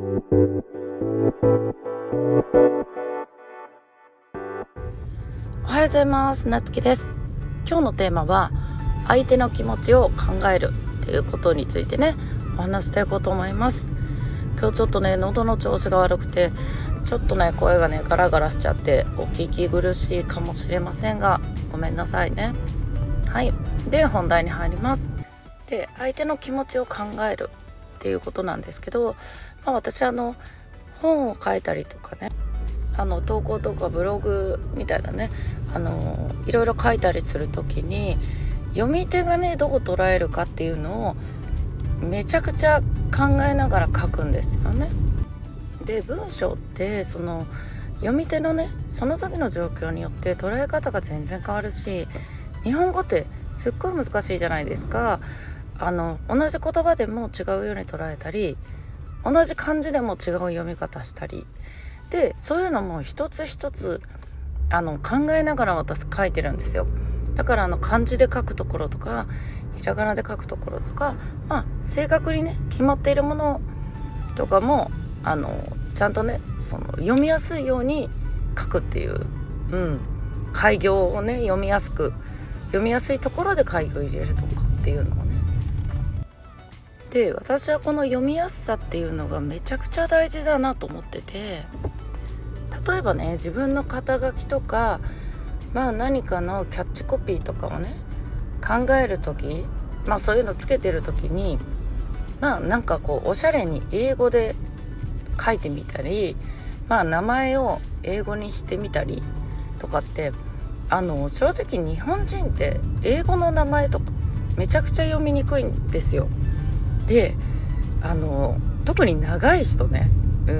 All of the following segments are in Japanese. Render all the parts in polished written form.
おはようございます。なつきです。今日のテーマは相手の気持ちを考えるということについてね、お話していこうと思います。今日ちょっとね、喉の調子が悪くて、ちょっとね、声がねガラガラしちゃってお聞き苦しいかもしれませんが、ごめんなさいね。はい。で、本題に入ります。で、相手の気持ちを考えるっていうことなんですけど、私本を書いたりとかね、投稿とかブログみたいなね、いろいろ書いたりするときに、読み手がねどう捉えるかっていうのをめちゃくちゃ考えながら書くんですよね。で、文章ってその読み手のねその時の状況によって捉え方が全然変わるし、日本語ってすっごい難しいじゃないですか。同じ言葉でも違うように捉えたり、同じ漢字でも違う読み方したりで、そういうのも一つ一つ考えながら私書いてるんですよ。だから漢字で書くところとかひらがなで書くところとか、正確にね決まっているものとかもちゃんとねその読みやすいように書くっていう、改行をね読みやすいところで改行を入れるとかっていうのをね。で、私はこの読みやすさっていうのがめちゃくちゃ大事だなと思ってて、例えばね自分の肩書きとか、何かのキャッチコピーとかをね考えるとき、そういうのつけてるときに、なんかこうおしゃれに英語で書いてみたり、名前を英語にしてみたりとかって、正直日本人って英語の名前とかめちゃくちゃ読みにくいんですよ。で、特に長い人ね、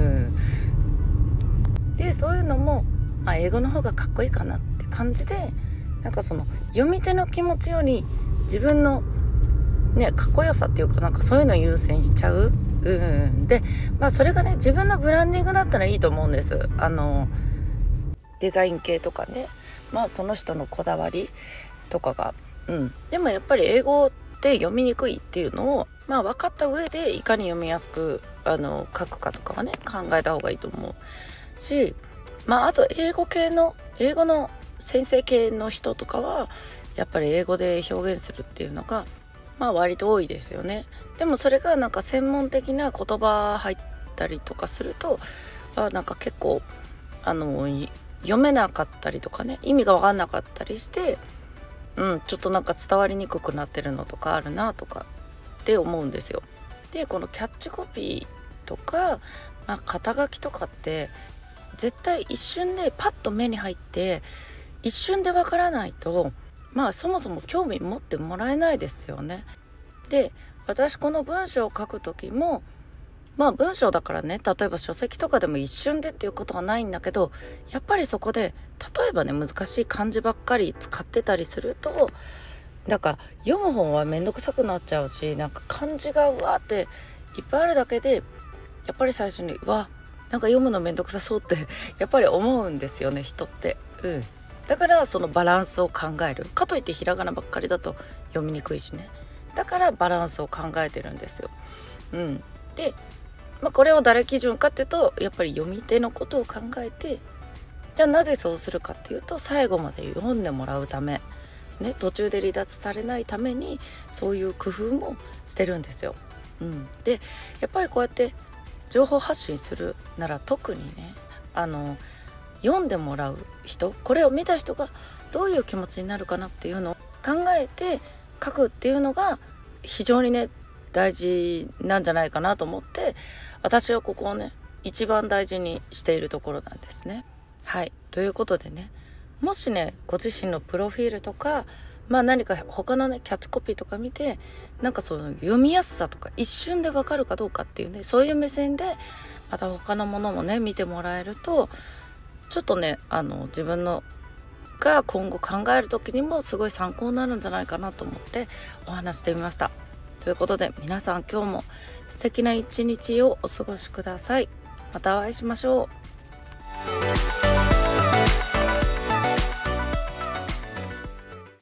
でそういうのも、英語の方がかっこいいかなって感じで、なんかその読み手の気持ちより自分のねかっこよさっていうか、なんかそういうのを優先しちゃう。で、それがね自分のブランディングだったらいいと思うんです。デザイン系とかね、その人のこだわりとかが、でもやっぱり英語って読みにくいっていうのを分かった上で、いかに読みやすく書くかとかはね考えた方がいいと思うし、あと英語の先生系の人とかはやっぱり英語で表現するっていうのが割と多いですよね。でもそれがなんか専門的な言葉入ったりとかすると、なんか結構読めなかったりとかね、意味が分かんなかったりして、ちょっとなんか伝わりにくくなってるのとかあるなとかって思うんですよ。で、このキャッチコピーとか、肩書きとかって絶対一瞬でパッと目に入って一瞬でわからないと、そもそも興味持ってもらえないですよね。で、私この文章を書く時も、文章だからね、例えば書籍とかでも一瞬でっていうことはないんだけど、やっぱりそこで例えばね難しい漢字ばっかり使ってたりすると、なんか読む本はめんどくさくなっちゃうし、なんか漢字がうわーっていっぱいあるだけで、やっぱり最初になんか読むのめんどくさそうってやっぱり思うんですよね、人って。だからそのバランスを考える。かといってひらがなばっかりだと読みにくいしね。だからバランスを考えてるんですよ。で、これを誰基準かっていうと、やっぱり読み手のことを考えて、じゃあなぜそうするかっていうと、最後まで読んでもらうためね、途中で離脱されないためにそういう工夫もしてるんですよ。で、やっぱりこうやって情報発信するなら特にね、読んでもらう人、これを見た人がどういう気持ちになるかなっていうのを考えて書くっていうのが非常にね大事なんじゃないかなと思って、私はここをね一番大事にしているところなんですね。はい。ということでね、もしねご自身のプロフィールとか、何か他のねキャッチコピーとか見て、なんかその読みやすさとか一瞬でわかるかどうかっていうね、そういう目線でまた他のものもね見てもらえると、ちょっとね自分のが今後考える時にもすごい参考になるんじゃないかなと思ってお話してみました。ということで、皆さん今日も素敵な一日をお過ごしください。またお会いしましょう。